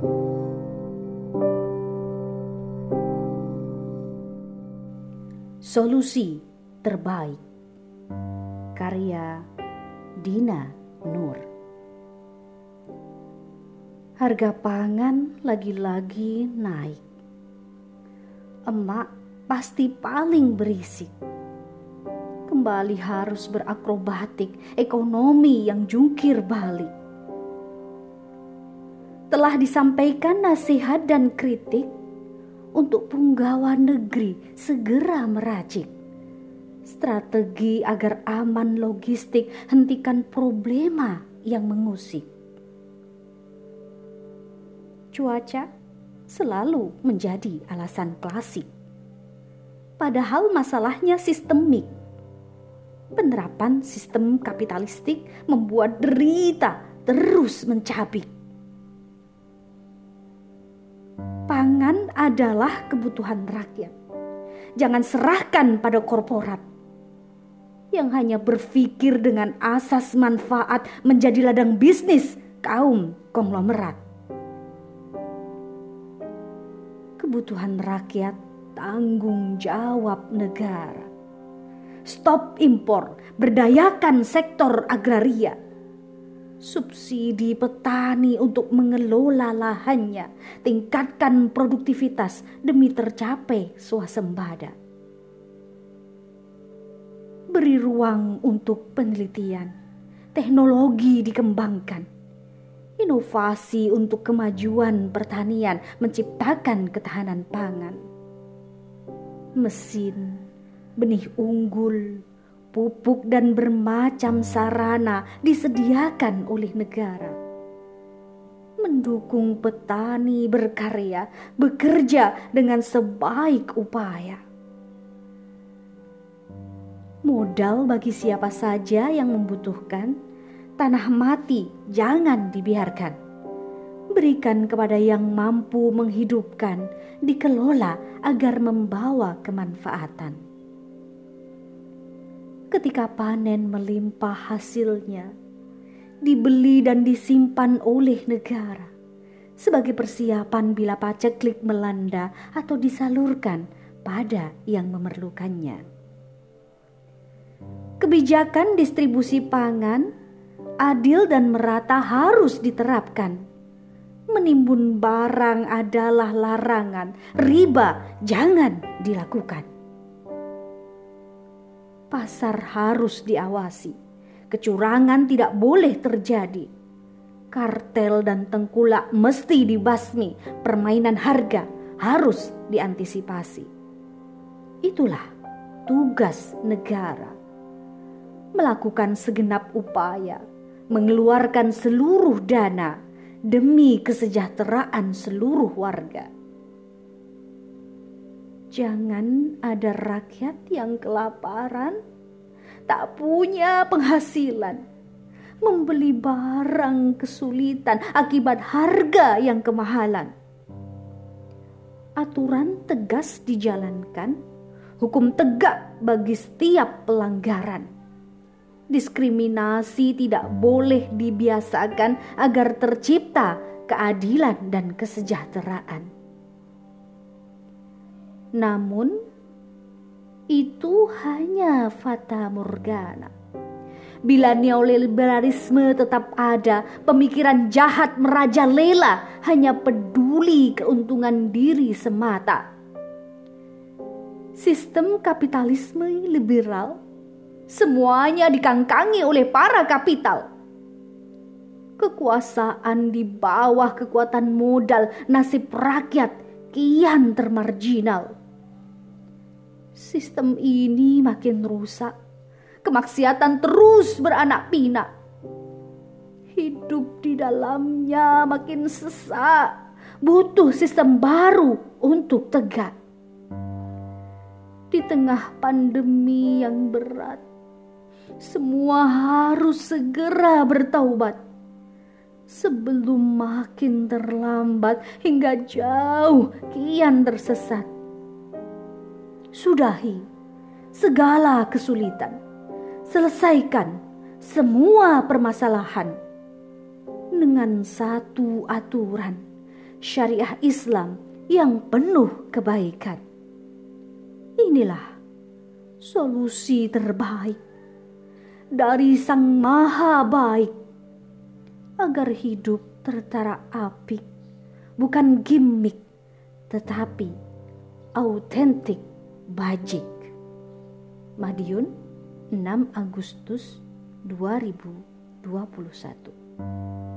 Solusi terbaik. Karya Dina Nur. Harga pangan lagi-lagi naik. Emak pasti paling berisik. Kembali harus berakrobatik ekonomi yang jungkir balik. Telah disampaikan nasihat dan kritik untuk punggawa negeri segera meracik strategi agar aman logistik, hentikan problema yang mengusik. Cuaca selalu menjadi alasan klasik. Padahal masalahnya sistemik. Penerapan sistem kapitalistik membuat derita terus mencabik. Pangan adalah kebutuhan rakyat. Jangan serahkan pada korporat yang hanya berpikir dengan asas manfaat menjadi ladang bisnis kaum konglomerat. Kebutuhan rakyat tanggung jawab negara. Stop impor, berdayakan sektor agraria. Subsidi petani untuk mengelola lahannya, tingkatkan produktivitas demi tercapai swasembada. Beri ruang untuk penelitian, teknologi dikembangkan, inovasi untuk kemajuan pertanian, menciptakan ketahanan pangan. Mesin, benih unggul, pupuk dan bermacam sarana disediakan oleh negara. Mendukung petani berkarya, bekerja dengan sebaik upaya. Modal bagi siapa saja yang membutuhkan, tanah mati jangan dibiarkan. Berikan kepada yang mampu menghidupkan, dikelola agar membawa kemanfaatan. Ketika panen melimpah hasilnya, dibeli dan disimpan oleh negara sebagai persiapan bila paceklik melanda atau disalurkan pada yang memerlukannya. Kebijakan distribusi pangan adil dan merata harus diterapkan. Menimbun barang adalah larangan, riba jangan dilakukan. Pasar harus diawasi, kecurangan tidak boleh terjadi. Kartel dan tengkulak mesti dibasmi, permainan harga harus diantisipasi. Itulah tugas negara. Melakukan segenap upaya, mengeluarkan seluruh dana demi kesejahteraan seluruh warga. Jangan ada rakyat yang kelaparan, tak punya penghasilan, membeli barang kesulitan akibat harga yang kemahalan. Aturan tegas dijalankan, hukum tegak bagi setiap pelanggaran. Diskriminasi tidak boleh dibiasakan agar tercipta keadilan dan kesejahteraan. Namun, itu hanya fata morgana. Bila neoliberalisme tetap ada, pemikiran jahat merajalela hanya peduli keuntungan diri semata. Sistem kapitalisme liberal semuanya dikangkangi oleh para kapital. Kekuasaan di bawah kekuatan modal, nasib rakyat kian termarginal. Sistem ini makin rusak, kemaksiatan terus beranak pinak. Hidup di dalamnya makin sesak, butuh sistem baru untuk tegak. Di tengah pandemi yang berat, semua harus segera bertaubat sebelum makin terlambat hingga jauh kian tersesat. Sudahi segala kesulitan, selesaikan semua permasalahan dengan satu aturan: syariah Islam yang penuh kebaikan. Inilah solusi terbaik dari Sang Maha Baik agar hidup tertara apik, bukan gimmick tetapi autentik bajik. Madiun 6 Agustus 2021.